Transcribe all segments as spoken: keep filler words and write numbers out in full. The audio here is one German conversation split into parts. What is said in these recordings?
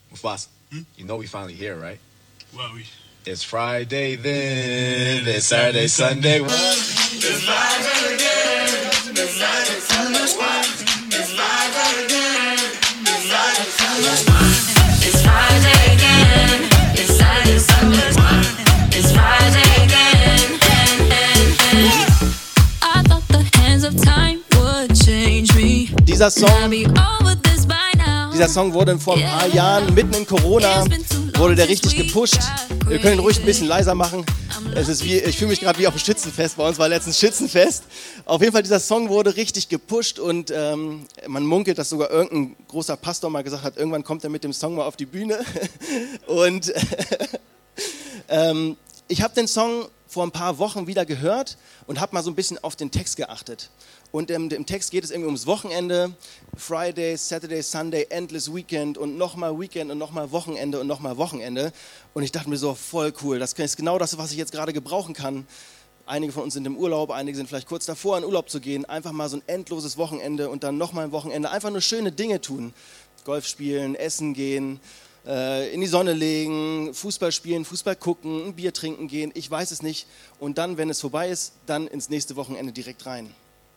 Mufasa, Hmm? you know we finally here, right? Well, we... It's Friday then, it's Saturday, Sunday. What? It's Friday again, it's Friday, Sunday. It's Friday again, it's Friday, Sunday. It's Friday again, it's Saturday, Sunday. It's Friday again, I thought the hands of time would change me. Dieser Song, dieser Song wurde vor ein paar Jahren, mitten in Corona, wurde der richtig gepusht. Wir können ihn ruhig ein bisschen leiser machen. Es ist wie, ich fühle mich gerade wie auf dem Schützenfest. Bei uns war letztens Schützenfest. Auf jeden Fall, dieser Song wurde richtig gepusht und ähm, man munkelt, dass sogar irgendein großer Pastor mal gesagt hat, irgendwann kommt er mit dem Song mal auf die Bühne. Und ähm, ich habe den Song vor ein paar Wochen wieder gehört und habe mal so ein bisschen auf den Text geachtet. Und im, im Text geht es irgendwie ums Wochenende, Friday, Saturday, Sunday, Endless Weekend und nochmal Weekend und nochmal Wochenende und nochmal Wochenende. Und ich dachte mir so, voll cool, das ist genau das, was ich jetzt gerade gebrauchen kann. Einige von uns sind im Urlaub, einige sind vielleicht kurz davor, in Urlaub zu gehen. Einfach mal so ein endloses Wochenende und dann nochmal ein Wochenende. Einfach nur schöne Dinge tun. Golf spielen, essen gehen, äh, in die Sonne legen, Fußball spielen, Fußball gucken, ein Bier trinken gehen, ich weiß es nicht. Und dann, wenn es vorbei ist, dann ins nächste Wochenende direkt rein.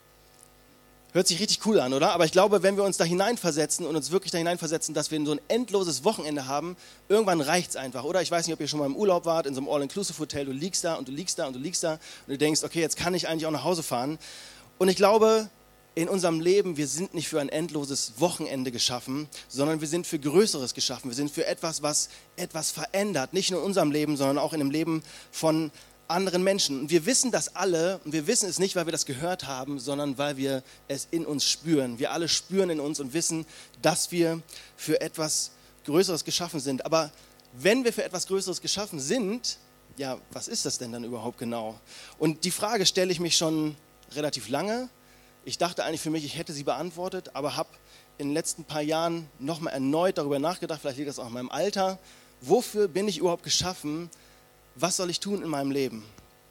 Hört sich richtig cool an, oder? Aber ich glaube, wenn wir uns da hineinversetzen und uns wirklich da hineinversetzen, dass wir so ein endloses Wochenende haben, irgendwann reicht es einfach, oder? Ich weiß nicht, ob ihr schon mal im Urlaub wart, in so einem All-Inclusive-Hotel, du liegst da und du liegst da und du liegst da und du denkst, okay, jetzt kann ich eigentlich auch nach Hause fahren. Und ich glaube, in unserem Leben, wir sind nicht für ein endloses Wochenende geschaffen, sondern wir sind für Größeres geschaffen. Wir sind für etwas, was etwas verändert. Nicht nur in unserem Leben, sondern auch in dem Leben von anderen Menschen. Und wir wissen das alle, und wir wissen es nicht, weil wir das gehört haben, sondern weil wir es in uns spüren. Wir alle spüren in uns und wissen, dass wir für etwas Größeres geschaffen sind. Aber wenn wir für etwas Größeres geschaffen sind, ja, was ist das denn dann überhaupt genau? Und die Frage stelle ich mich schon relativ lange. Ich dachte eigentlich für mich, ich hätte sie beantwortet, aber habe in den letzten paar Jahren nochmal erneut darüber nachgedacht, vielleicht liegt das auch in meinem Alter, wofür bin ich überhaupt geschaffen? Was soll ich tun in meinem Leben?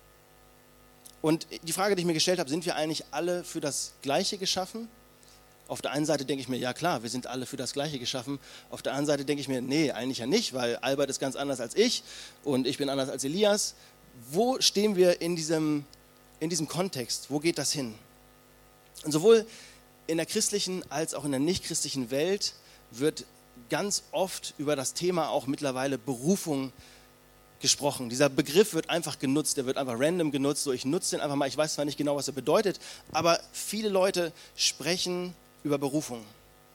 Und die Frage, die ich mir gestellt habe, sind wir eigentlich alle für das Gleiche geschaffen? Auf der einen Seite denke ich mir, ja klar, wir sind alle für das Gleiche geschaffen. Auf der anderen Seite denke ich mir, nee, eigentlich ja nicht, weil Albert ist ganz anders als ich und ich bin anders als Elias. Wo stehen wir in diesem, in diesem Kontext? Wo geht das hin? Und sowohl in der christlichen als auch in der nichtchristlichen Welt wird ganz oft über das Thema auch mittlerweile Berufung gesprochen. Dieser Begriff wird einfach genutzt, der wird einfach random genutzt, so ich nutze den einfach mal, ich weiß zwar nicht genau, was er bedeutet, aber viele Leute sprechen über Berufung.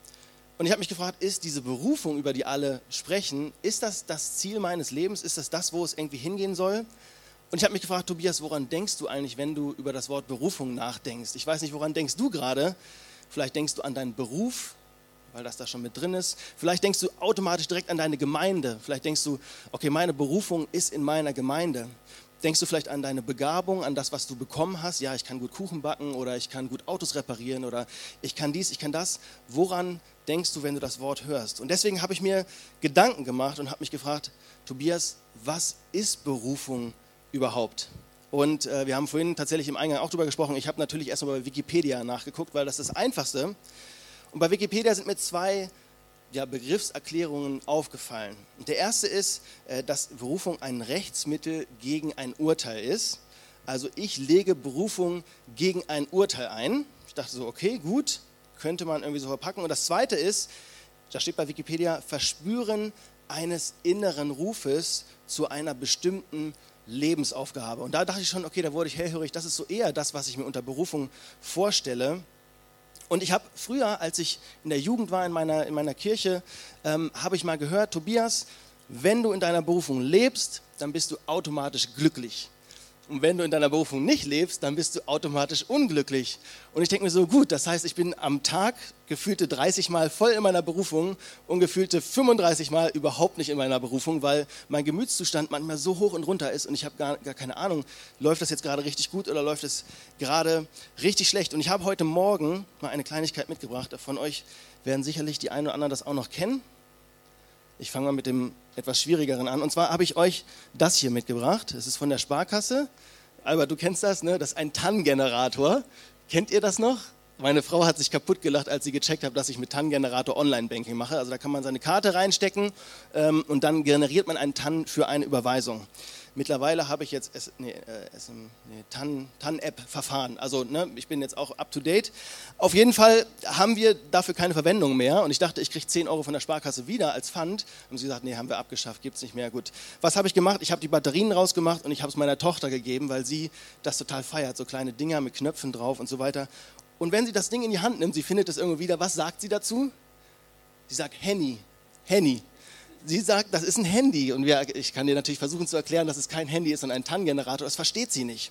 Und ich habe mich gefragt, ist diese Berufung, über die alle sprechen, ist das das Ziel meines Lebens, ist das das, wo es irgendwie hingehen soll? Und ich habe mich gefragt, Tobias, woran denkst du eigentlich, wenn du über das Wort Berufung nachdenkst? Ich weiß nicht, woran denkst du gerade? Vielleicht denkst du an deinen Beruf, weil das da schon mit drin ist. Vielleicht denkst du automatisch direkt an deine Gemeinde. Vielleicht denkst du, okay, meine Berufung ist in meiner Gemeinde. Denkst du vielleicht an deine Begabung, an das, was du bekommen hast? Ja, ich kann gut Kuchen backen oder ich kann gut Autos reparieren oder ich kann dies, ich kann das. Woran denkst du, wenn du das Wort hörst? Und deswegen habe ich mir Gedanken gemacht und habe mich gefragt, Tobias, was ist Berufung überhaupt? Und äh, wir haben vorhin tatsächlich im Eingang auch darüber gesprochen. Ich habe natürlich erstmal bei Wikipedia nachgeguckt, weil das ist das Einfachste. Und bei Wikipedia sind mir zwei ja, Begriffserklärungen aufgefallen. Und der erste ist, äh, dass Berufung ein Rechtsmittel gegen ein Urteil ist. Also ich lege Berufung gegen ein Urteil ein. Ich dachte so, okay, gut, könnte man irgendwie so verpacken. Und das zweite ist, da steht bei Wikipedia, Verspüren eines inneren Rufes zu einer bestimmten Lebensaufgabe. Und da dachte ich schon, okay, da wurde ich hellhörig, das ist so eher das, was ich mir unter Berufung vorstelle. Und ich habe früher, als ich in der Jugend war, in meiner, in meiner Kirche, ähm, habe ich mal gehört, Tobias, wenn du in deiner Berufung lebst, dann bist du automatisch glücklich. Und wenn du in deiner Berufung nicht lebst, dann bist du automatisch unglücklich. Und ich denke mir so, gut, das heißt, ich bin am Tag gefühlte dreißig Mal voll in meiner Berufung und gefühlte fünfunddreißig Mal überhaupt nicht in meiner Berufung, weil mein Gemütszustand manchmal so hoch und runter ist und ich habe gar, gar keine Ahnung, läuft das jetzt gerade richtig gut oder läuft es gerade richtig schlecht. Und ich habe heute Morgen mal eine Kleinigkeit mitgebracht. Von euch werden sicherlich die einen oder anderen das auch noch kennen. Ich fange mal mit dem etwas Schwierigeren an. Und zwar habe ich euch das hier mitgebracht. Es ist von der Sparkasse. Albert, du kennst das, ne? Das ist ein T A N-Generator. Kennt ihr das noch? Meine Frau hat sich kaputt gelacht, als sie gecheckt hat, dass ich mit T A N-Generator Online-Banking mache. Also da kann man seine Karte reinstecken ähm, und dann generiert man einen T A N für eine Überweisung. Mittlerweile habe ich jetzt S, nee, äh, S, nee, T A N-App-Verfahren. Also ne, ich bin jetzt auch up-to-date. Auf jeden Fall haben wir dafür keine Verwendung mehr. Und ich dachte, ich kriege zehn Euro von der Sparkasse wieder als Pfand. Haben sie gesagt, nee, haben wir abgeschafft, gibt es nicht mehr. Gut. Was habe ich gemacht? Ich habe die Batterien rausgemacht und ich habe es meiner Tochter gegeben, weil sie das total feiert. So kleine Dinger mit Knöpfen drauf und so weiter. Und wenn sie das Ding in die Hand nimmt, sie findet es irgendwo wieder, was sagt sie dazu? Sie sagt Handy, Handy. Sie sagt, das ist ein Handy. Und wir, ich kann dir natürlich versuchen zu erklären, dass es kein Handy ist, sondern ein T A N-Generator. Das versteht sie nicht.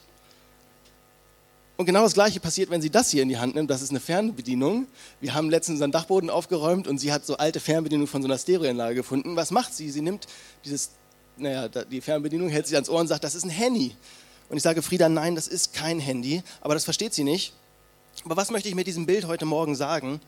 Und genau das Gleiche passiert, wenn sie das hier in die Hand nimmt. Das ist eine Fernbedienung. Wir haben letztens unseren Dachboden aufgeräumt und sie hat so alte Fernbedienungen von so einer Stereoanlage gefunden. Was macht sie? Sie nimmt dieses, naja, die Fernbedienung, hält sie ans Ohr und sagt, das ist ein Handy. Und ich sage, Frieda, nein, das ist kein Handy. Aber das versteht sie nicht. Aber was möchte ich mit diesem Bild heute Morgen sagen?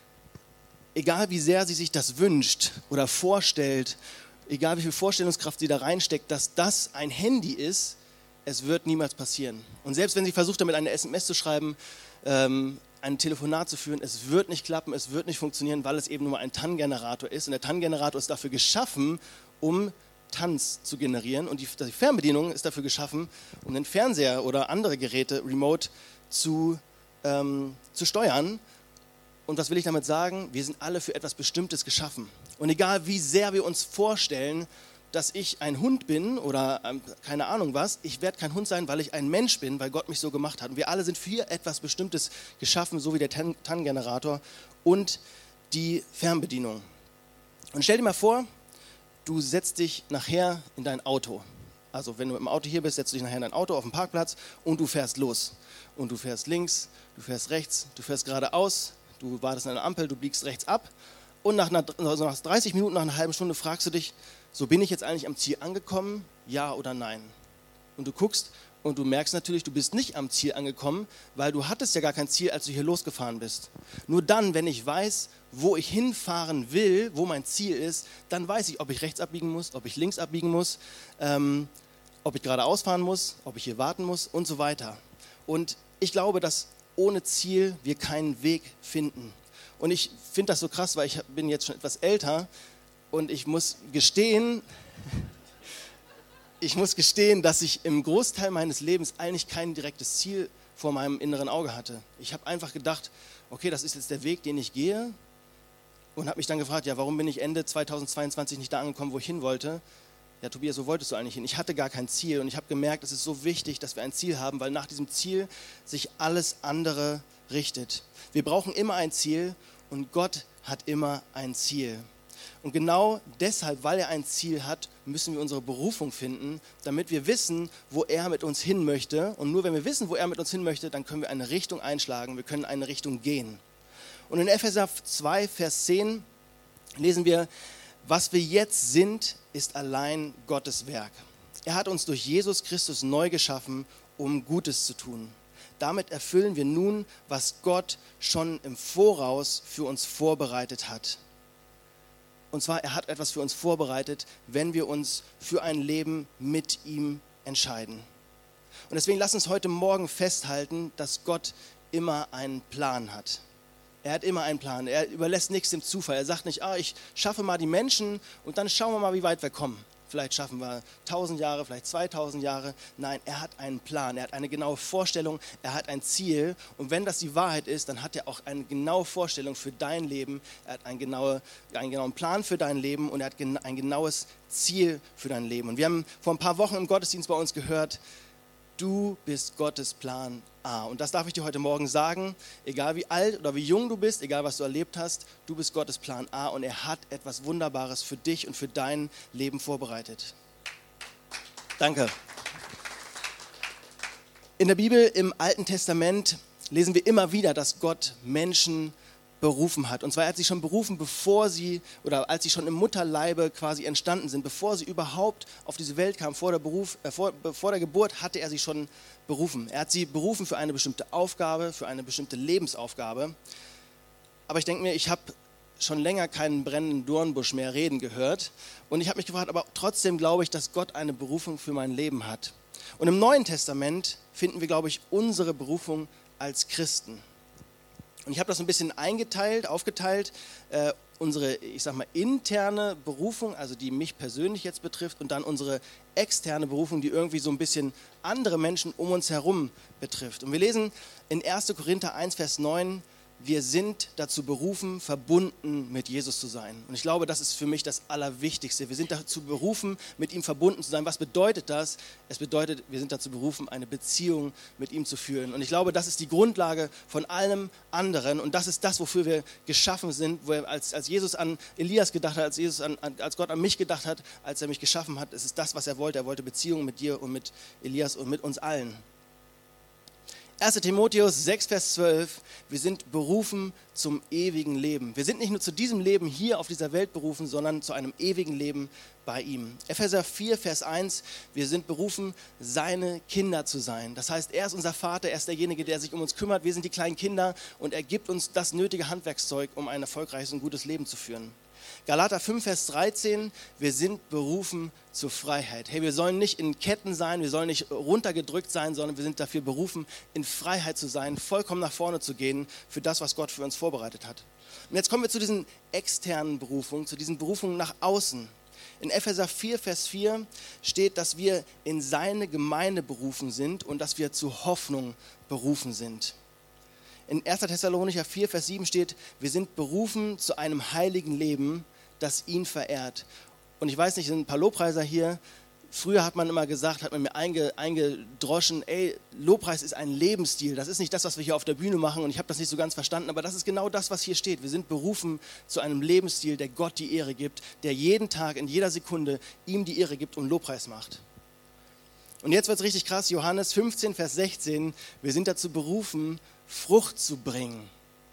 Egal wie sehr sie sich das wünscht oder vorstellt, egal wie viel Vorstellungskraft sie da reinsteckt, dass das ein Handy ist, es wird niemals passieren. Und selbst wenn sie versucht, damit eine S M S zu schreiben, ähm, ein Telefonat zu führen, es wird nicht klappen, es wird nicht funktionieren, weil es eben nur ein T A N-Generator ist. Und der T A N-Generator ist dafür geschaffen, um Tanz zu generieren. Und die, die Fernbedienung ist dafür geschaffen, um den Fernseher oder andere Geräte remote zu Ähm, zu steuern. Und was will ich damit sagen? Wir sind alle für etwas Bestimmtes geschaffen. Und egal wie sehr wir uns vorstellen, dass ich ein Hund bin oder ähm, keine Ahnung was, ich werde kein Hund sein, weil ich ein Mensch bin, weil Gott mich so gemacht hat. Und wir alle sind für etwas Bestimmtes geschaffen, so wie der T A N-Generator und die Fernbedienung. Und stell dir mal vor, du setzt dich nachher in dein Auto. Also wenn du im Auto hier bist, setzt du dich nachher in dein Auto auf den Parkplatz und du fährst los. Und du fährst links, du fährst rechts, du fährst geradeaus, du wartest an einer Ampel, du biegst rechts ab. Und nach, einer, also nach dreißig Minuten, nach einer halben Stunde fragst du dich, so bin ich jetzt eigentlich am Ziel angekommen, ja oder nein? Und du guckst und du merkst natürlich, du bist nicht am Ziel angekommen, weil du hattest ja gar kein Ziel, als du hier losgefahren bist. Nur dann, wenn ich weiß, wo ich hinfahren will, wo mein Ziel ist, dann weiß ich, ob ich rechts abbiegen muss, ob ich links abbiegen muss, ähm, ob ich geradeaus fahren muss, ob ich hier warten muss und so weiter. Und ich glaube, dass ohne Ziel wir keinen Weg finden. Und ich finde das so krass, weil ich bin jetzt schon etwas älter und ich muss gestehen, ich muss gestehen, dass ich im Großteil meines Lebens eigentlich kein direktes Ziel vor meinem inneren Auge hatte. Ich habe einfach gedacht, okay, das ist jetzt der Weg, den ich gehe, und habe mich dann gefragt, ja, warum bin ich Ende zweitausendzweiundzwanzig nicht da angekommen, wo ich hin wollte? Ja, Tobias, wo wolltest du eigentlich hin? Ich hatte gar kein Ziel und ich habe gemerkt, es ist so wichtig, dass wir ein Ziel haben, weil nach diesem Ziel sich alles andere richtet. Wir brauchen immer ein Ziel und Gott hat immer ein Ziel. Und genau deshalb, weil er ein Ziel hat, müssen wir unsere Berufung finden, damit wir wissen, wo er mit uns hin möchte. Und nur wenn wir wissen, wo er mit uns hin möchte, dann können wir eine Richtung einschlagen, wir können eine Richtung gehen. Und in Epheser zwei, Vers zehn lesen wir, was wir jetzt sind, ist allein Gottes Werk. Er hat uns durch Jesus Christus neu geschaffen, um Gutes zu tun. Damit erfüllen wir nun, was Gott schon im Voraus für uns vorbereitet hat. Und zwar, er hat etwas für uns vorbereitet, wenn wir uns für ein Leben mit ihm entscheiden. Und deswegen lass uns heute Morgen festhalten, dass Gott immer einen Plan hat. Er hat immer einen Plan. Er überlässt nichts dem Zufall. Er sagt nicht, ah, ich schaffe mal die Menschen und dann schauen wir mal, wie weit wir kommen. Vielleicht schaffen wir tausend Jahre, vielleicht zweitausend Jahre. Nein, er hat einen Plan. Er hat eine genaue Vorstellung. Er hat ein Ziel. Und wenn das die Wahrheit ist, dann hat er auch eine genaue Vorstellung für dein Leben. Er hat einen, genaue, einen genauen Plan für dein Leben und er hat ein genaues Ziel für dein Leben. Und wir haben vor ein paar Wochen im Gottesdienst bei uns gehört, du bist Gottes Plan A. Und das darf ich dir heute Morgen sagen, egal wie alt oder wie jung du bist, egal was du erlebt hast, du bist Gottes Plan A und er hat etwas Wunderbares für dich und für dein Leben vorbereitet. Danke. In der Bibel, im Alten Testament, lesen wir immer wieder, dass Gott Menschen berufen hat. Und zwar er hat sie schon berufen, bevor sie, oder als sie schon im Mutterleibe quasi entstanden sind, bevor sie überhaupt auf diese Welt kamen, vor der, Beruf, äh, vor, vor der Geburt hatte er sie schon berufen. Er hat sie berufen für eine bestimmte Aufgabe, für eine bestimmte Lebensaufgabe. Aber ich denke mir, ich habe schon länger keinen brennenden Dornbusch mehr reden gehört. Und ich habe mich gefragt, aber trotzdem glaube ich, dass Gott eine Berufung für mein Leben hat. Und im Neuen Testament finden wir, glaube ich, unsere Berufung als Christen. Und ich habe das ein bisschen eingeteilt, aufgeteilt, äh, unsere, ich sag mal, interne Berufung, also die mich persönlich jetzt betrifft, und dann unsere externe Berufung, die irgendwie so ein bisschen andere Menschen um uns herum betrifft. Und wir lesen in erster Korinther eins, Vers neun, wir sind dazu berufen, verbunden mit Jesus zu sein. Und ich glaube, das ist für mich das Allerwichtigste. Wir sind dazu berufen, mit ihm verbunden zu sein. Was bedeutet das? Es bedeutet, wir sind dazu berufen, eine Beziehung mit ihm zu führen. Und ich glaube, das ist die Grundlage von allem anderen. Und das ist das, wofür wir geschaffen sind. Wo er, als, als Jesus an Elias gedacht hat, als, Jesus an, als Gott an mich gedacht hat, als er mich geschaffen hat, es ist das, was er wollte. Er wollte Beziehung mit dir und mit Elias und mit uns allen. erster Timotheus sechs, Vers zwölf, wir sind berufen zum ewigen Leben. Wir sind nicht nur zu diesem Leben hier auf dieser Welt berufen, sondern zu einem ewigen Leben bei ihm. Epheser vier, Vers eins, wir sind berufen, seine Kinder zu sein. Das heißt, er ist unser Vater, er ist derjenige, der sich um uns kümmert. Wir sind die kleinen Kinder und er gibt uns das nötige Handwerkszeug, um ein erfolgreiches und gutes Leben zu führen. Galater fünf, Vers dreizehn, wir sind berufen zur Freiheit. Hey, wir sollen nicht in Ketten sein, wir sollen nicht runtergedrückt sein, sondern wir sind dafür berufen, in Freiheit zu sein, vollkommen nach vorne zu gehen für das, was Gott für uns vorbereitet hat. Und jetzt kommen wir zu diesen externen Berufungen, zu diesen Berufungen nach außen. In Epheser vier, Vers vier steht, dass wir in seine Gemeinde berufen sind und dass wir zur Hoffnung berufen sind. In erster Thessalonicher vier, Vers sieben steht, wir sind berufen zu einem heiligen Leben, das ihn verehrt. Und ich weiß nicht, sind ein paar Lobpreiser hier. Früher hat man immer gesagt, hat man mir einge, eingedroschen, ey, Lobpreis ist ein Lebensstil. Das ist nicht das, was wir hier auf der Bühne machen und ich habe das nicht so ganz verstanden, aber das ist genau das, was hier steht. Wir sind berufen zu einem Lebensstil, der Gott die Ehre gibt, der jeden Tag, in jeder Sekunde ihm die Ehre gibt und Lobpreis macht. Und jetzt wird es richtig krass, Johannes fünfzehn, Vers sechzehn, wir sind dazu berufen, Frucht zu bringen.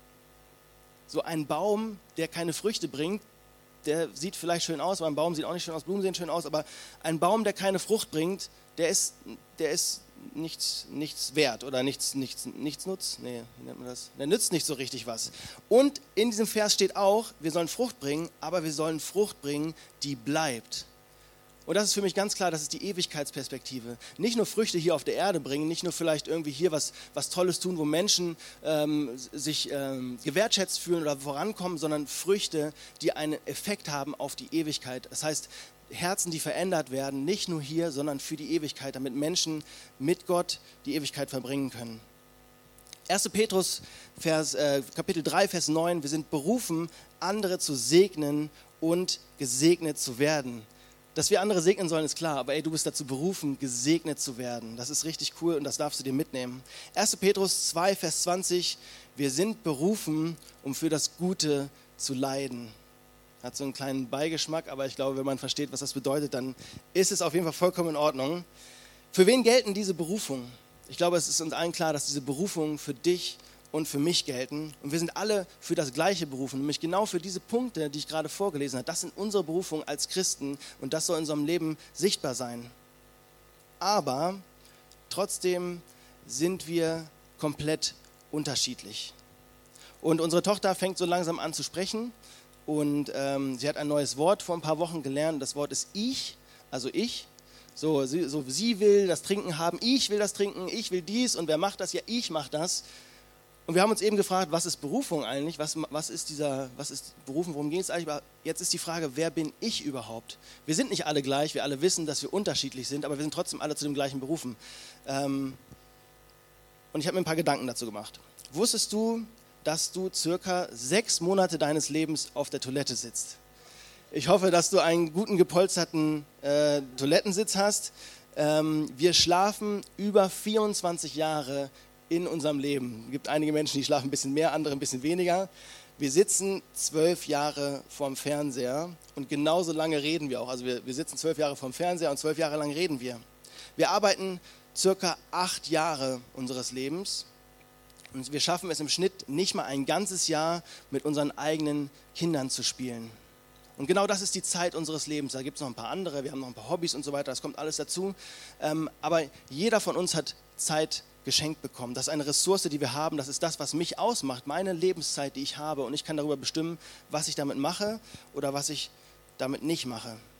So ein Baum, der keine Früchte bringt, der sieht vielleicht schön aus, aber ein Baum sieht auch nicht schön aus, Blumen sehen schön aus, aber ein Baum, der keine Frucht bringt, der ist, der ist nichts, nichts wert oder nichts, nichts, nichts nutzt. Nee, wie nennt man das? Der nützt nicht so richtig was. Und in diesem Vers steht auch, wir sollen Frucht bringen, aber wir sollen Frucht bringen, die bleibt. Und das ist für mich ganz klar, das ist die Ewigkeitsperspektive. Nicht nur Früchte hier auf der Erde bringen, nicht nur vielleicht irgendwie hier was, was Tolles tun, wo Menschen ähm, sich ähm, gewertschätzt fühlen oder vorankommen, sondern Früchte, die einen Effekt haben auf die Ewigkeit. Das heißt, Herzen, die verändert werden, nicht nur hier, sondern für die Ewigkeit, damit Menschen mit Gott die Ewigkeit verbringen können. erster Petrus, Vers, äh, Kapitel drei, Vers neun, wir sind berufen, andere zu segnen und gesegnet zu werden. Dass wir andere segnen sollen, ist klar, aber ey, du bist dazu berufen, gesegnet zu werden. Das ist richtig cool und das darfst du dir mitnehmen. erster Petrus zwei, Vers zwanzig, wir sind berufen, um für das Gute zu leiden. Hat so einen kleinen Beigeschmack, aber ich glaube, wenn man versteht, was das bedeutet, dann ist es auf jeden Fall vollkommen in Ordnung. Für wen gelten diese Berufungen? Ich glaube, es ist uns allen klar, dass diese Berufungen für dich und für mich gelten. Und wir sind alle für das Gleiche berufen, nämlich genau für diese Punkte, die ich gerade vorgelesen habe. Das sind unsere Berufungen als Christen und das soll in unserem Leben sichtbar sein. Aber trotzdem sind wir komplett unterschiedlich. Und unsere Tochter fängt so langsam an zu sprechen und ähm, sie hat ein neues Wort vor ein paar Wochen gelernt. Das Wort ist ich, also ich. So sie, so, sie will das Trinken haben, ich will das Trinken, ich will dies und wer macht das? Ja, ich mache das. Und wir haben uns eben gefragt, was ist Berufung eigentlich? Was, was ist dieser, was ist Berufung? Worum geht es eigentlich? Aber jetzt ist die Frage, wer bin ich überhaupt? Wir sind nicht alle gleich, wir alle wissen, dass wir unterschiedlich sind, aber wir sind trotzdem alle zu dem gleichen berufen. Ähm, und ich habe mir ein paar Gedanken dazu gemacht. Wusstest du, dass du circa sechs Monate deines Lebens auf der Toilette sitzt? Ich hoffe, dass du einen guten gepolsterten äh, Toilettensitz hast. Ähm, wir schlafen über vierundzwanzig Jahre in unserem Leben. Es gibt einige Menschen, die schlafen ein bisschen mehr, andere ein bisschen weniger. Wir sitzen zwölf Jahre vorm Fernseher und genauso lange reden wir auch. Also wir, wir sitzen zwölf Jahre vorm Fernseher und zwölf Jahre lang reden wir. Wir arbeiten circa acht Jahre unseres Lebens und wir schaffen es im Schnitt nicht mal ein ganzes Jahr mit unseren eigenen Kindern zu spielen. Und genau das ist die Zeit unseres Lebens. Da gibt es noch ein paar andere, wir haben noch ein paar Hobbys und so weiter, das kommt alles dazu. Ähm, aber jeder von uns hat Zeit geschenkt bekommen. Das ist eine Ressource, die wir haben. Das ist das, was mich ausmacht, meine Lebenszeit, die ich habe. Und ich kann darüber bestimmen, was ich damit mache oder was ich damit nicht mache.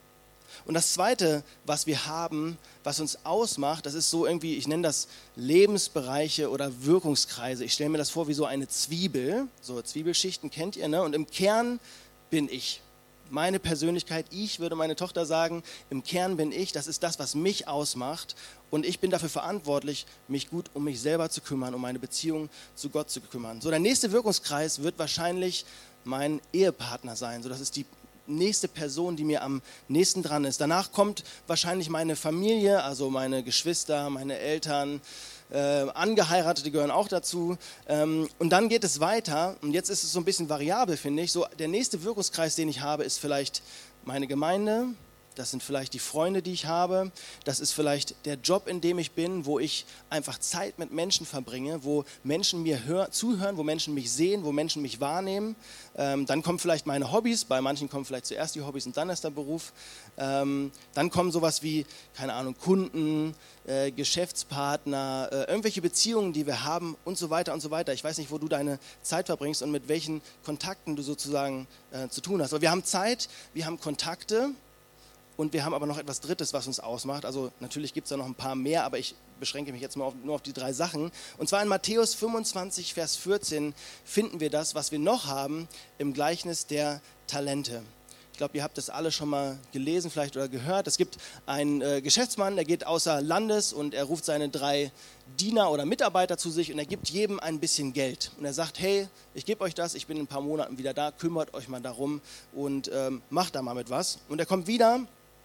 Und das Zweite, was wir haben, was uns ausmacht, das ist so irgendwie, ich nenne das Lebensbereiche oder Wirkungskreise. Ich stelle mir das vor wie so eine Zwiebel, so Zwiebelschichten kennt ihr, ne? Und im Kern bin ich. Meine Persönlichkeit, ich würde meine Tochter sagen, im Kern bin ich, das ist das, was mich ausmacht. Und ich bin dafür verantwortlich, mich gut um mich selber zu kümmern, um meine Beziehung zu Gott zu kümmern. So, der nächste Wirkungskreis wird wahrscheinlich mein Ehepartner sein. So, das ist die nächste Person, die mir am nächsten dran ist. Danach kommt wahrscheinlich meine Familie, also meine Geschwister, meine Eltern, äh, Angeheiratete gehören auch dazu. Ähm, und dann geht es weiter, und jetzt ist es so ein bisschen variabel, finde ich. So, der nächste Wirkungskreis, den ich habe, ist vielleicht meine Gemeinde. Das sind vielleicht die Freunde, die ich habe. Das ist vielleicht der Job, in dem ich bin, wo ich einfach Zeit mit Menschen verbringe, wo Menschen mir hör- zuhören, wo Menschen mich sehen, wo Menschen mich wahrnehmen. Ähm, dann kommen vielleicht meine Hobbys. Bei manchen kommen vielleicht zuerst die Hobbys und dann erst der Beruf. Ähm, dann kommen sowas wie, keine Ahnung, Kunden, äh, Geschäftspartner, äh, irgendwelche Beziehungen, die wir haben und so weiter und so weiter. Ich weiß nicht, wo du deine Zeit verbringst und mit welchen Kontakten du sozusagen äh, zu tun hast. Aber wir haben Zeit, wir haben Kontakte. Und wir haben aber noch etwas Drittes, was uns ausmacht. Also natürlich gibt es da noch ein paar mehr, aber ich beschränke mich jetzt mal auf, nur auf die drei Sachen. Und zwar in Matthäus fünfundzwanzig, Vers vierzehn finden wir das, was wir noch haben im Gleichnis der Talente. Ich glaube, ihr habt das alle schon mal gelesen vielleicht oder gehört. Es gibt einen äh, Geschäftsmann, der geht außer Landes und er ruft seine drei Diener oder Mitarbeiter zu sich und er gibt jedem ein bisschen Geld. Und er sagt, hey, ich gebe euch das, ich bin in ein paar Monaten wieder da, kümmert euch mal darum und ähm, macht da mal mit was. Und er kommt wieder.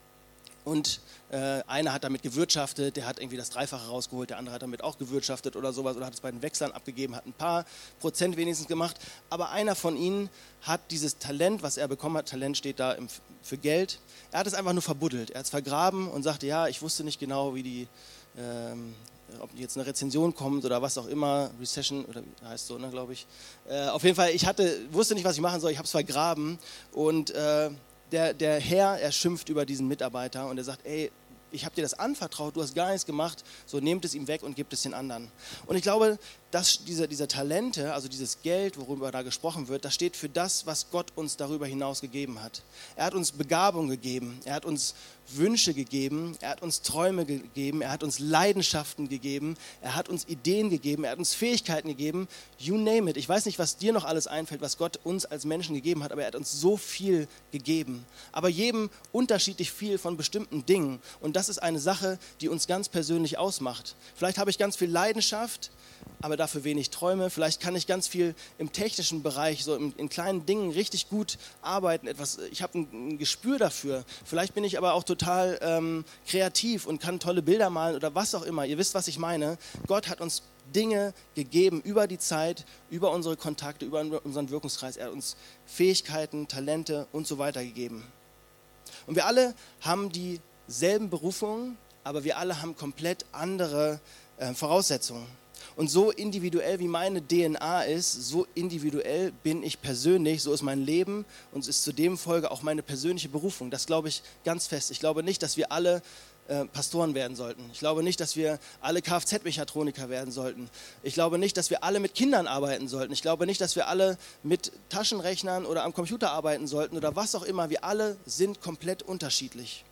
Und äh, einer hat damit gewirtschaftet, der hat irgendwie das Dreifache rausgeholt, der andere hat damit auch gewirtschaftet oder sowas oder hat es bei den Wechslern abgegeben, hat ein paar Prozent wenigstens gemacht. Aber einer von ihnen hat dieses Talent, was er bekommen hat, Talent steht da im, für Geld, er hat es einfach nur verbuddelt, er hat es vergraben und sagte, ja, ich wusste nicht genau, wie die, ähm, ob jetzt eine Rezension kommt oder was auch immer, Recession oder wie heißt so, ne, glaube ich. Äh, auf jeden Fall, ich hatte, wusste nicht, was ich machen soll, ich habe es vergraben und äh, Der, der Herr, er schimpft über diesen Mitarbeiter und er sagt, ey, ich habe dir das anvertraut, du hast gar nichts gemacht, so nehmt es ihm weg und gebt es den anderen. Und ich glaube, dass diese, diese Talente, also dieses Geld, worüber da gesprochen wird, das steht für das, was Gott uns darüber hinaus gegeben hat. Er hat uns Begabung gegeben, er hat uns Wünsche gegeben, er hat uns Träume gegeben, er hat uns Leidenschaften gegeben, er hat uns Ideen gegeben, er hat uns Fähigkeiten gegeben, you name it. Ich weiß nicht, was dir noch alles einfällt, was Gott uns als Menschen gegeben hat, aber er hat uns so viel gegeben. Aber jedem unterschiedlich viel von bestimmten Dingen. Und das ist eine Sache, die uns ganz persönlich ausmacht. Vielleicht habe ich ganz viel Leidenschaft, aber dafür wenig Träume. Vielleicht kann ich ganz viel im technischen Bereich, so in, in kleinen Dingen richtig gut arbeiten. Etwas, ich habe ein, ein Gespür dafür. Vielleicht bin ich aber auch total ähm, kreativ und kann tolle Bilder malen oder was auch immer. Ihr wisst, was ich meine. Gott hat uns Dinge gegeben über die Zeit, über unsere Kontakte, über unseren Wirkungskreis. Er hat uns Fähigkeiten, Talente und so weiter gegeben. Und wir alle haben dieselben Berufungen, aber wir alle haben komplett andere äh, Voraussetzungen. Und so individuell wie meine D N A ist, so individuell bin ich persönlich, so ist mein Leben und es ist zudem Folge auch meine persönliche Berufung. Das glaube ich ganz fest. Ich glaube nicht, dass wir alle äh, Pastoren werden sollten. Ich glaube nicht, dass wir alle Kfz-Mechatroniker werden sollten. Ich glaube nicht, dass wir alle mit Kindern arbeiten sollten. Ich glaube nicht, dass wir alle mit Taschenrechnern oder am Computer arbeiten sollten oder was auch immer. Wir alle sind komplett unterschiedlich.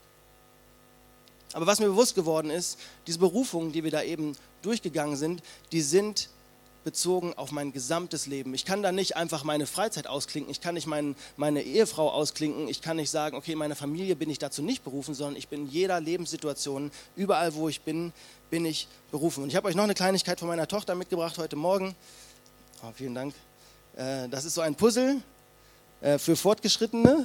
Aber was mir bewusst geworden ist, diese Berufungen, die wir da eben durchgegangen sind, die sind bezogen auf mein gesamtes Leben. Ich kann da nicht einfach meine Freizeit ausklinken, ich kann nicht mein, meine Ehefrau ausklinken, ich kann nicht sagen, okay, in meiner Familie bin ich dazu nicht berufen, sondern ich bin in jeder Lebenssituation, überall wo ich bin, bin ich berufen. Und ich habe euch noch eine Kleinigkeit von meiner Tochter mitgebracht heute Morgen. Oh, vielen Dank. Äh, das ist so ein Puzzle äh, für Fortgeschrittene.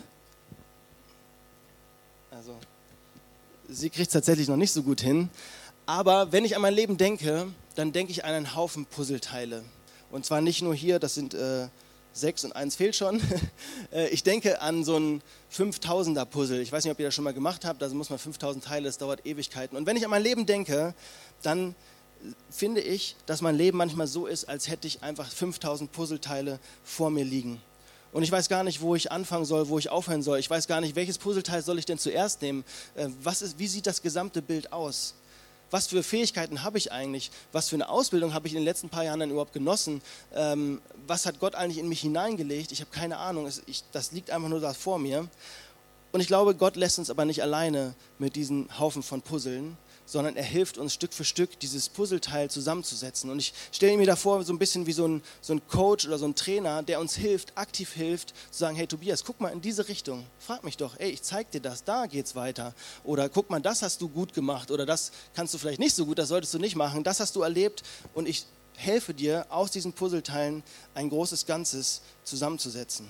Also... Sie kriegt es tatsächlich noch nicht so gut hin. Aber wenn ich an mein Leben denke, dann denke ich an einen Haufen Puzzleteile. Und zwar nicht nur hier, das sind äh, sechs und eins fehlt schon. Ich denke an so ein fünftausender Puzzle. Ich weiß nicht, ob ihr das schon mal gemacht habt, da muss man fünftausend Teile, das dauert Ewigkeiten. Und wenn ich an mein Leben denke, dann finde ich, dass mein Leben manchmal so ist, als hätte ich einfach fünftausend Puzzleteile vor mir liegen. Und ich weiß gar nicht, wo ich anfangen soll, wo ich aufhören soll. Ich weiß gar nicht, welches Puzzleteil soll ich denn zuerst nehmen. Was ist, wie sieht das gesamte Bild aus? Was für Fähigkeiten habe ich eigentlich? Was für eine Ausbildung habe ich in den letzten paar Jahren dann überhaupt genossen? Ähm, was hat Gott eigentlich in mich hineingelegt? Ich habe keine Ahnung. Ich, das liegt einfach nur da vor mir. Und ich glaube, Gott lässt uns aber nicht alleine mit diesen Haufen von Puzzeln, sondern er hilft uns Stück für Stück, dieses Puzzleteil zusammenzusetzen. Und ich stelle mir davor so ein bisschen wie so ein, so ein Coach oder so ein Trainer, der uns hilft, aktiv hilft, zu sagen, hey Tobias, guck mal in diese Richtung, frag mich doch, ey, ich zeig dir das, da geht's weiter. Oder guck mal, das hast du gut gemacht oder das kannst du vielleicht nicht so gut, das solltest du nicht machen, das hast du erlebt und ich helfe dir, aus diesen Puzzleteilen ein großes Ganzes zusammenzusetzen.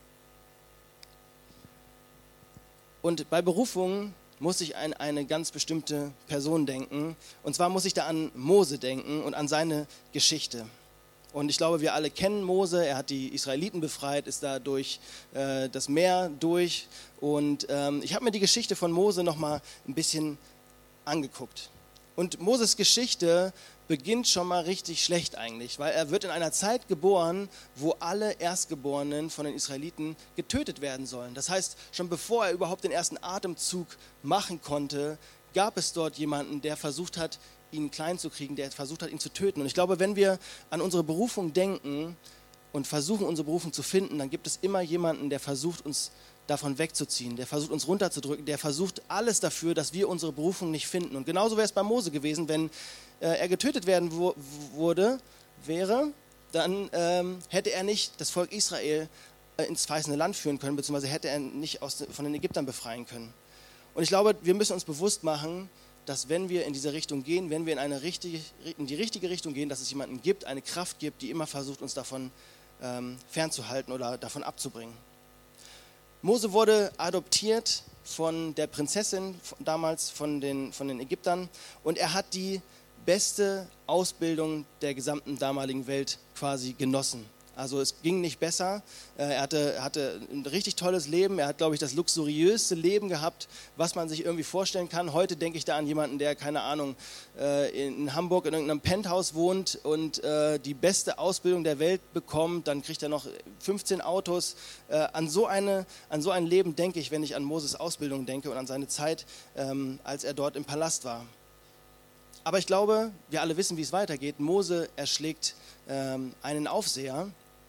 Und bei Berufungen muss ich an eine ganz bestimmte Person denken. Und zwar muss ich da an Mose denken und an seine Geschichte. Und ich glaube, wir alle kennen Mose. Er hat die Israeliten befreit, ist da durch äh, das Meer durch. Und ähm, ich habe mir die Geschichte von Mose nochmal ein bisschen angeguckt. Und Moses Geschichte beginnt schon mal richtig schlecht eigentlich, weil er wird in einer Zeit geboren, wo alle Erstgeborenen von den Israeliten getötet werden sollen. Das heißt, schon bevor er überhaupt den ersten Atemzug machen konnte, gab es dort jemanden, der versucht hat, ihn klein zu kriegen, der versucht hat, ihn zu töten. Und ich glaube, wenn wir an unsere Berufung denken und versuchen, unsere Berufung zu finden, dann gibt es immer jemanden, der versucht, uns davon wegzuziehen, der versucht, uns runterzudrücken, der versucht alles dafür, dass wir unsere Berufung nicht finden. Und genauso wäre es bei Mose gewesen, wenn äh, er getötet werden wo, wurde, wäre, dann ähm, hätte er nicht das Volk Israel äh, ins verheißene Land führen können, beziehungsweise hätte er nicht aus, von den Ägyptern befreien können. Und ich glaube, wir müssen uns bewusst machen, dass wenn wir in diese Richtung gehen, wenn wir in, eine richtige, in die richtige Richtung gehen, dass es jemanden gibt, eine Kraft gibt, die immer versucht, uns davon ähm, fernzuhalten oder davon abzubringen. Mose wurde adoptiert von der Prinzessin damals, von den, von den Ägyptern, und er hat die beste Ausbildung der gesamten damaligen Welt quasi genossen. Also es ging nicht besser, er hatte, hatte ein richtig tolles Leben, er hat, glaube ich, das luxuriöseste Leben gehabt, was man sich irgendwie vorstellen kann. Heute denke ich da an jemanden, der, keine Ahnung, in Hamburg in irgendeinem Penthouse wohnt und die beste Ausbildung der Welt bekommt, dann kriegt er noch fünfzehn Autos. An so, eine, an so ein Leben denke ich, wenn ich an Moses Ausbildung denke und an seine Zeit, als er dort im Palast war. Aber ich glaube, wir alle wissen, wie es weitergeht. Mose erschlägt einen Aufseher.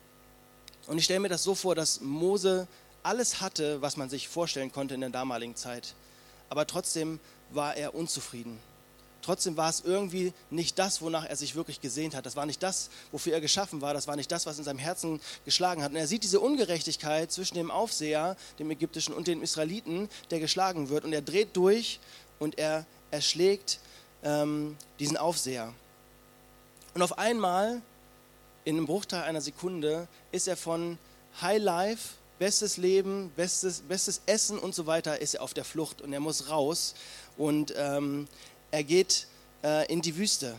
Und ich stelle mir das so vor, dass Mose alles hatte, was man sich vorstellen konnte in der damaligen Zeit. Aber trotzdem war er unzufrieden. Trotzdem war es irgendwie nicht das, wonach er sich wirklich gesehnt hat. Das war nicht das, wofür er geschaffen war. Das war nicht das, was in seinem Herzen geschlagen hat. Und er sieht diese Ungerechtigkeit zwischen dem Aufseher, dem Ägyptischen, und dem Israeliten, der geschlagen wird. Und er dreht durch und er erschlägt ähm, diesen Aufseher. Und auf einmal, in einem Bruchteil einer Sekunde, ist er von High Life, bestes Leben, bestes, bestes Essen und so weiter, ist er auf der Flucht und er muss raus und ähm, er geht äh, in die Wüste.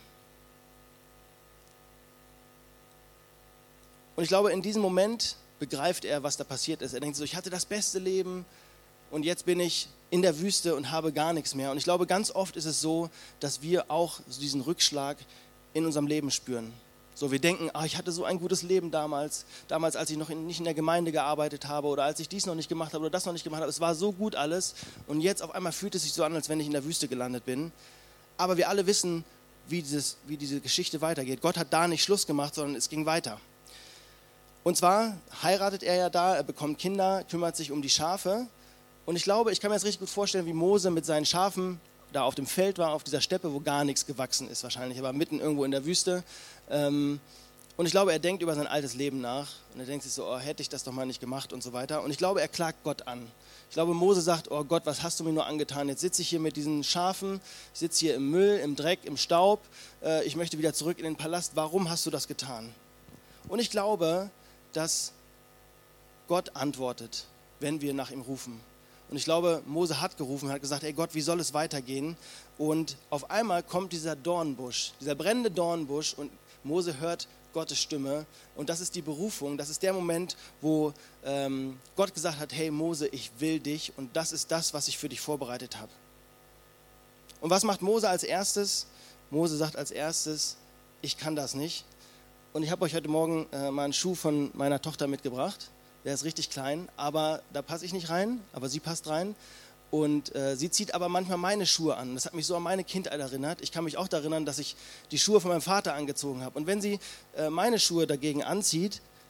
Und ich glaube, in diesem Moment begreift er, was da passiert ist. Er denkt so, ich hatte das beste Leben und jetzt bin ich in der Wüste und habe gar nichts mehr. Und ich glaube, ganz oft ist es so, dass wir auch diesen Rückschlag in unserem Leben spüren. So, wir denken, ah, ich hatte so ein gutes Leben damals, damals, als ich noch in, nicht in der Gemeinde gearbeitet habe oder als ich dies noch nicht gemacht habe oder das noch nicht gemacht habe. Es war so gut alles und jetzt auf einmal fühlt es sich so an, als wenn ich in der Wüste gelandet bin. Aber wir alle wissen, wie, dieses, wie diese Geschichte weitergeht. Gott hat da nicht Schluss gemacht, sondern es ging weiter. Und zwar heiratet er ja da, er bekommt Kinder, kümmert sich um die Schafe. Und ich glaube, ich kann mir das richtig gut vorstellen, wie Mose mit seinen Schafen da auf dem Feld war, auf dieser Steppe, wo gar nichts gewachsen ist wahrscheinlich, aber mitten irgendwo in der Wüste. Und ich glaube, er denkt über sein altes Leben nach und er denkt sich so, oh, hätte ich das doch mal nicht gemacht und so weiter. Und ich glaube, er klagt Gott an. Ich glaube, Mose sagt, oh Gott, was hast du mir nur angetan? Jetzt sitze ich hier mit diesen Schafen, ich sitze hier im Müll, im Dreck, im Staub. Ich möchte wieder zurück in den Palast. Warum hast du das getan? Und ich glaube, dass Gott antwortet, wenn wir nach ihm rufen. Und ich glaube, Mose hat gerufen, hat gesagt, ey Gott, wie soll es weitergehen? Und auf einmal kommt dieser Dornbusch, dieser brennende Dornbusch und Mose hört Gottes Stimme. Und das ist die Berufung, das ist der Moment, wo ähm, Gott gesagt hat, hey Mose, ich will dich und das ist das, was ich für dich vorbereitet habe. Und was macht Mose als erstes? Mose sagt als erstes, ich kann das nicht. Und ich habe euch heute Morgen äh, mal einen Schuh von meiner Tochter mitgebracht. Der ist richtig klein, aber da passe ich nicht rein, aber sie passt rein. Und äh, sie zieht aber manchmal meine Schuhe an. Das hat mich so an meine Kindheit erinnert. Ich kann mich auch daran erinnern, dass ich die Schuhe von meinem Vater angezogen habe. Und wenn sie äh, meine Schuhe dagegen anzieht,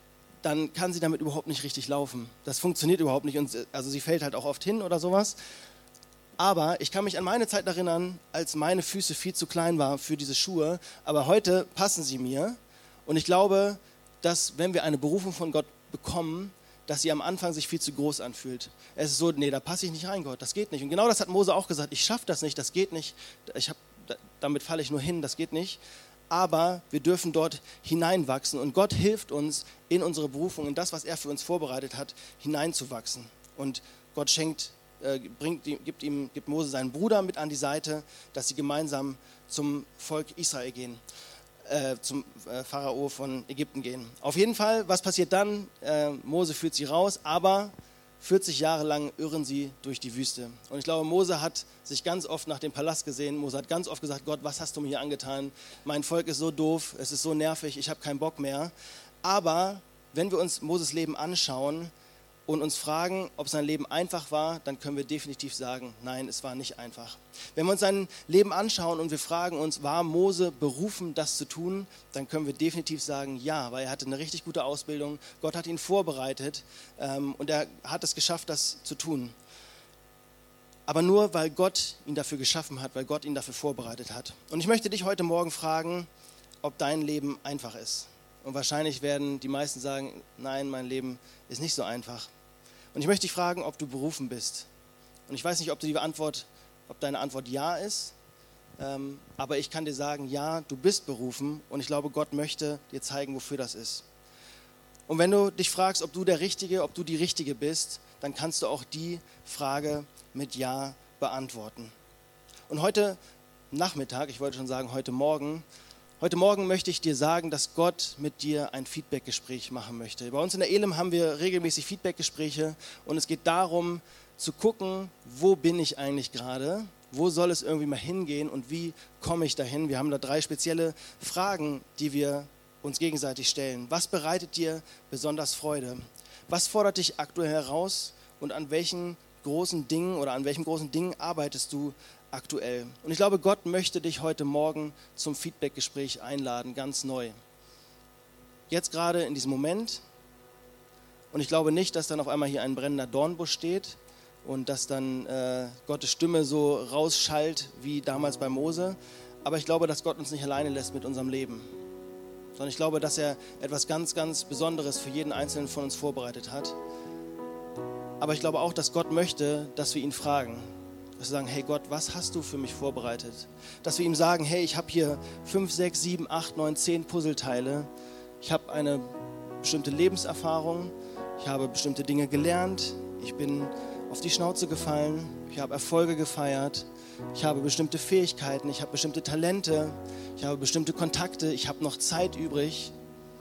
dann kann sie damit überhaupt nicht richtig laufen. Das funktioniert überhaupt nicht. Und, also sie fällt halt auch oft hin oder sowas. Aber ich kann mich an meine Zeit erinnern, als meine Füße viel zu klein waren für diese Schuhe. Aber heute passen sie mir. Und ich glaube, dass wenn wir eine Berufung von Gott bekommen, dass sie am Anfang sich viel zu groß anfühlt. Es ist so, nee, da passe ich nicht rein, Gott, das geht nicht. Und genau das hat Mose auch gesagt, ich schaffe das nicht, das geht nicht. Ich hab, damit falle ich nur hin, das geht nicht. Aber wir dürfen dort hineinwachsen und Gott hilft uns in unsere Berufung, in das, was er für uns vorbereitet hat, hineinzuwachsen. Und Gott schenkt, äh, bringt, gibt, ihm, gibt Mose seinen Bruder mit an die Seite, dass sie gemeinsam zum Volk Israel gehen, äh, zum äh, Pharao von Ägypten gehen. Auf jeden Fall, was passiert dann? Äh, Mose führt sie raus, aber vierzig Jahre lang irren sie durch die Wüste. Und ich glaube, Mose hat sich ganz oft nach dem Palast gesehen. Mose hat ganz oft gesagt, Gott, was hast du mir hier angetan? Mein Volk ist so doof, es ist so nervig, ich habe keinen Bock mehr. Aber wenn wir uns Moses Leben anschauen und uns fragen, ob sein Leben einfach war, dann können wir definitiv sagen, nein, es war nicht einfach. Wenn wir uns sein Leben anschauen und wir fragen uns, war Mose berufen, das zu tun, dann können wir definitiv sagen, ja, weil er hatte eine richtig gute Ausbildung, Gott hat ihn vorbereitet ähm, und er hat es geschafft, das zu tun. Aber nur, weil Gott ihn dafür geschaffen hat, weil Gott ihn dafür vorbereitet hat. Und ich möchte dich heute Morgen fragen, ob dein Leben einfach ist. Und wahrscheinlich werden die meisten sagen, nein, mein Leben ist nicht so einfach. Und ich möchte dich fragen, ob du berufen bist. Und ich weiß nicht, ob, du die Antwort, ob deine Antwort ja ist, ähm, aber ich kann dir sagen, ja, du bist berufen und ich glaube, Gott möchte dir zeigen, wofür das ist. Und wenn du dich fragst, ob du der Richtige, ob du die Richtige bist, dann kannst du auch die Frage mit Ja beantworten. Und heute Nachmittag, ich wollte schon sagen heute Morgen, Heute Morgen möchte ich dir sagen, dass Gott mit dir ein Feedbackgespräch machen möchte. Bei uns in der Elim haben wir regelmäßig Feedbackgespräche und es geht darum, zu gucken, wo bin ich eigentlich gerade, wo soll es irgendwie mal hingehen und wie komme ich dahin. Wir haben da drei spezielle Fragen, die wir uns gegenseitig stellen. Was bereitet dir besonders Freude? Was fordert dich aktuell heraus und an welchen großen Dingen oder an welchen großen Dingen arbeitest du aktuell? Und ich glaube, Gott möchte dich heute Morgen zum Feedbackgespräch einladen, ganz neu. Jetzt gerade in diesem Moment. Und ich glaube nicht, dass dann auf einmal hier ein brennender Dornbusch steht und dass dann äh, Gottes Stimme so rausschallt wie damals bei Mose. Aber ich glaube, dass Gott uns nicht alleine lässt mit unserem Leben. Sondern ich glaube, dass er etwas ganz, ganz Besonderes für jeden Einzelnen von uns vorbereitet hat. Aber ich glaube auch, dass Gott möchte, dass wir ihn fragen. Dass wir sagen, hey Gott, was hast du für mich vorbereitet? Dass wir ihm sagen, hey, ich habe hier fünf, sechs, sieben, acht, neun, zehn Puzzleteile. Ich habe eine bestimmte Lebenserfahrung. Ich habe bestimmte Dinge gelernt. Ich bin auf die Schnauze gefallen. Ich habe Erfolge gefeiert. Ich habe bestimmte Fähigkeiten. Ich habe bestimmte Talente. Ich habe bestimmte Kontakte. Ich habe noch Zeit übrig.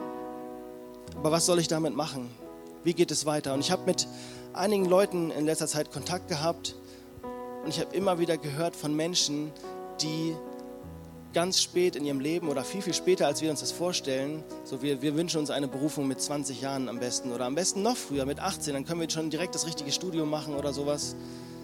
Aber was soll ich damit machen? Wie geht es weiter? Und ich habe mit einigen Leuten in letzter Zeit Kontakt gehabt und ich habe immer wieder gehört von Menschen, die ganz spät in ihrem Leben oder viel, viel später, als wir uns das vorstellen, so wir, wir wünschen uns eine Berufung mit zwanzig Jahren am besten oder am besten noch früher, mit achtzehn, dann können wir schon direkt das richtige Studium machen oder sowas.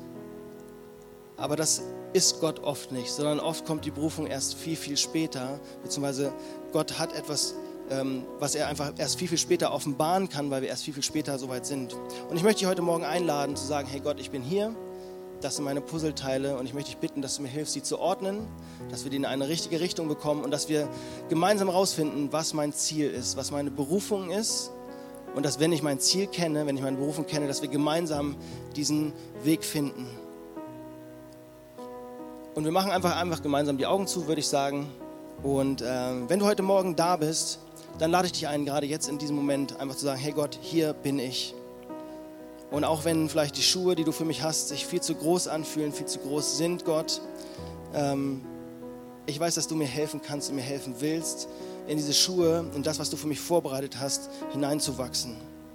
Aber das ist Gott oft nicht, sondern oft kommt die Berufung erst viel, viel später, beziehungsweise Gott hat etwas, was er einfach erst viel, viel später offenbaren kann, weil wir erst viel, viel später soweit sind. Und ich möchte dich heute Morgen einladen, zu sagen, hey Gott, ich bin hier, das sind meine Puzzleteile und ich möchte dich bitten, dass du mir hilfst, sie zu ordnen, dass wir die in eine richtige Richtung bekommen und dass wir gemeinsam herausfinden, was mein Ziel ist, was meine Berufung ist und dass, wenn ich mein Ziel kenne, wenn ich meine Berufung kenne, dass wir gemeinsam diesen Weg finden. Und wir machen einfach, einfach gemeinsam die Augen zu, würde ich sagen. Und äh, wenn du heute Morgen da bist, dann lade ich dich ein, gerade jetzt in diesem Moment einfach zu sagen, hey Gott, hier bin ich. Und auch wenn vielleicht die Schuhe, die du für mich hast, sich viel zu groß anfühlen, viel zu groß sind, Gott, ähm, ich weiß, dass du mir helfen kannst und mir helfen willst, in diese Schuhe, in das, was du für mich vorbereitet hast, hineinzuwachsen.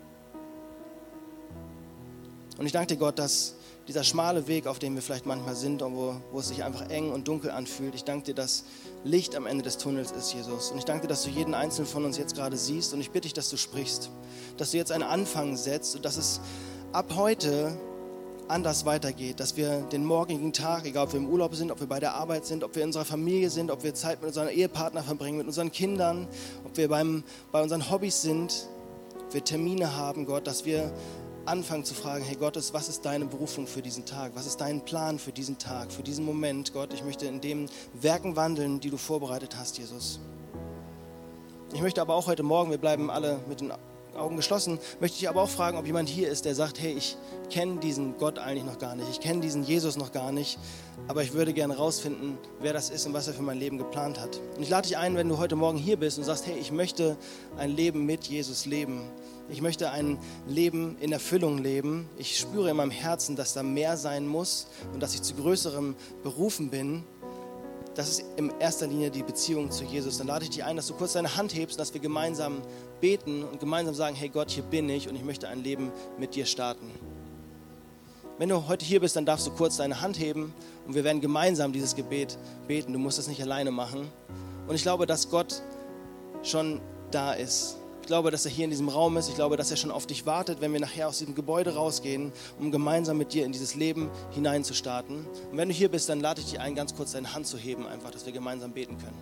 Und ich danke dir, Gott, dass dieser schmale Weg, auf dem wir vielleicht manchmal sind und wo, wo es sich einfach eng und dunkel anfühlt, ich danke dir, dass Licht am Ende des Tunnels ist, Jesus. Und ich danke dir, dass du jeden Einzelnen von uns jetzt gerade siehst und ich bitte dich, dass du sprichst, dass du jetzt einen Anfang setzt und dass es ab heute anders weitergeht, dass wir den morgigen Tag, egal ob wir im Urlaub sind, ob wir bei der Arbeit sind, ob wir in unserer Familie sind, ob wir Zeit mit unseren Ehepartnern verbringen, mit unseren Kindern, ob wir beim, bei unseren Hobbys sind, wir Termine haben, Gott, dass wir anfangen zu fragen, hey Gott, was ist deine Berufung für diesen Tag? Was ist dein Plan für diesen Tag, für diesen Moment, Gott? Ich möchte in den Werken wandeln, die du vorbereitet hast, Jesus. Ich möchte aber auch heute Morgen, wir bleiben alle mit den Augen geschlossen, möchte ich aber auch fragen, ob jemand hier ist, der sagt, hey, ich kenne diesen Gott eigentlich noch gar nicht, ich kenne diesen Jesus noch gar nicht, aber ich würde gerne rausfinden, wer das ist und was er für mein Leben geplant hat. Und ich lade dich ein, wenn du heute Morgen hier bist und sagst, hey, ich möchte ein Leben mit Jesus leben. Ich möchte ein Leben in Erfüllung leben. Ich spüre in meinem Herzen, dass da mehr sein muss und dass ich zu größerem berufen bin. Das ist in erster Linie die Beziehung zu Jesus. Dann lade ich dich ein, dass du kurz deine Hand hebst und dass wir gemeinsam beten und gemeinsam sagen, hey Gott, hier bin ich und ich möchte ein Leben mit dir starten. Wenn du heute hier bist, dann darfst du kurz deine Hand heben und wir werden gemeinsam dieses Gebet beten. Du musst das nicht alleine machen. Und ich glaube, dass Gott schon da ist. Ich glaube, dass er hier in diesem Raum ist. Ich glaube, dass er schon auf dich wartet, wenn wir nachher aus diesem Gebäude rausgehen, um gemeinsam mit dir in dieses Leben hineinzustarten. Und wenn du hier bist, dann lade ich dich ein, ganz kurz deine Hand zu heben, einfach, dass wir gemeinsam beten können.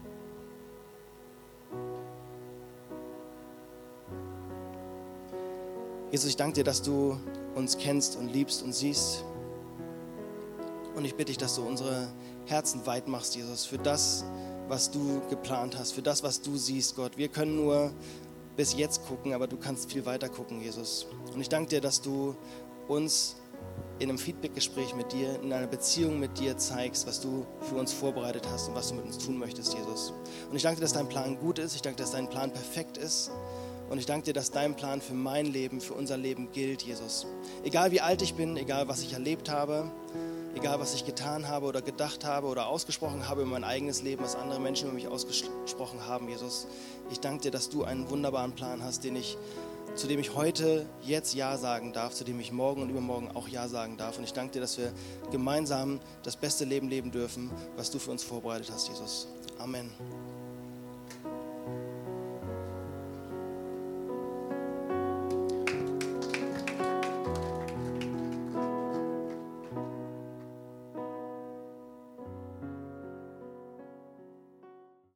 Jesus, ich danke dir, dass du uns kennst und liebst und siehst. Und ich bitte dich, dass du unsere Herzen weit machst, Jesus, für das, was du geplant hast, für das, was du siehst, Gott. Wir können nur bis jetzt gucken, aber du kannst viel weiter gucken, Jesus. Und ich danke dir, dass du uns in einem Feedback-Gespräch mit dir, in einer Beziehung mit dir zeigst, was du für uns vorbereitet hast und was du mit uns tun möchtest, Jesus. Und ich danke dir, dass dein Plan gut ist. Ich danke dir, dass dein Plan perfekt ist. Und ich danke dir, dass dein Plan für mein Leben, für unser Leben gilt, Jesus. Egal wie alt ich bin, egal was ich erlebt habe, egal was ich getan habe oder gedacht habe oder ausgesprochen habe über mein eigenes Leben, was andere Menschen über mich ausgesprochen haben, Jesus. Ich danke dir, dass du einen wunderbaren Plan hast, den ich, zu dem ich heute, jetzt Ja sagen darf, zu dem ich morgen und übermorgen auch Ja sagen darf. Und ich danke dir, dass wir gemeinsam das beste Leben leben dürfen, was du für uns vorbereitet hast, Jesus. Amen.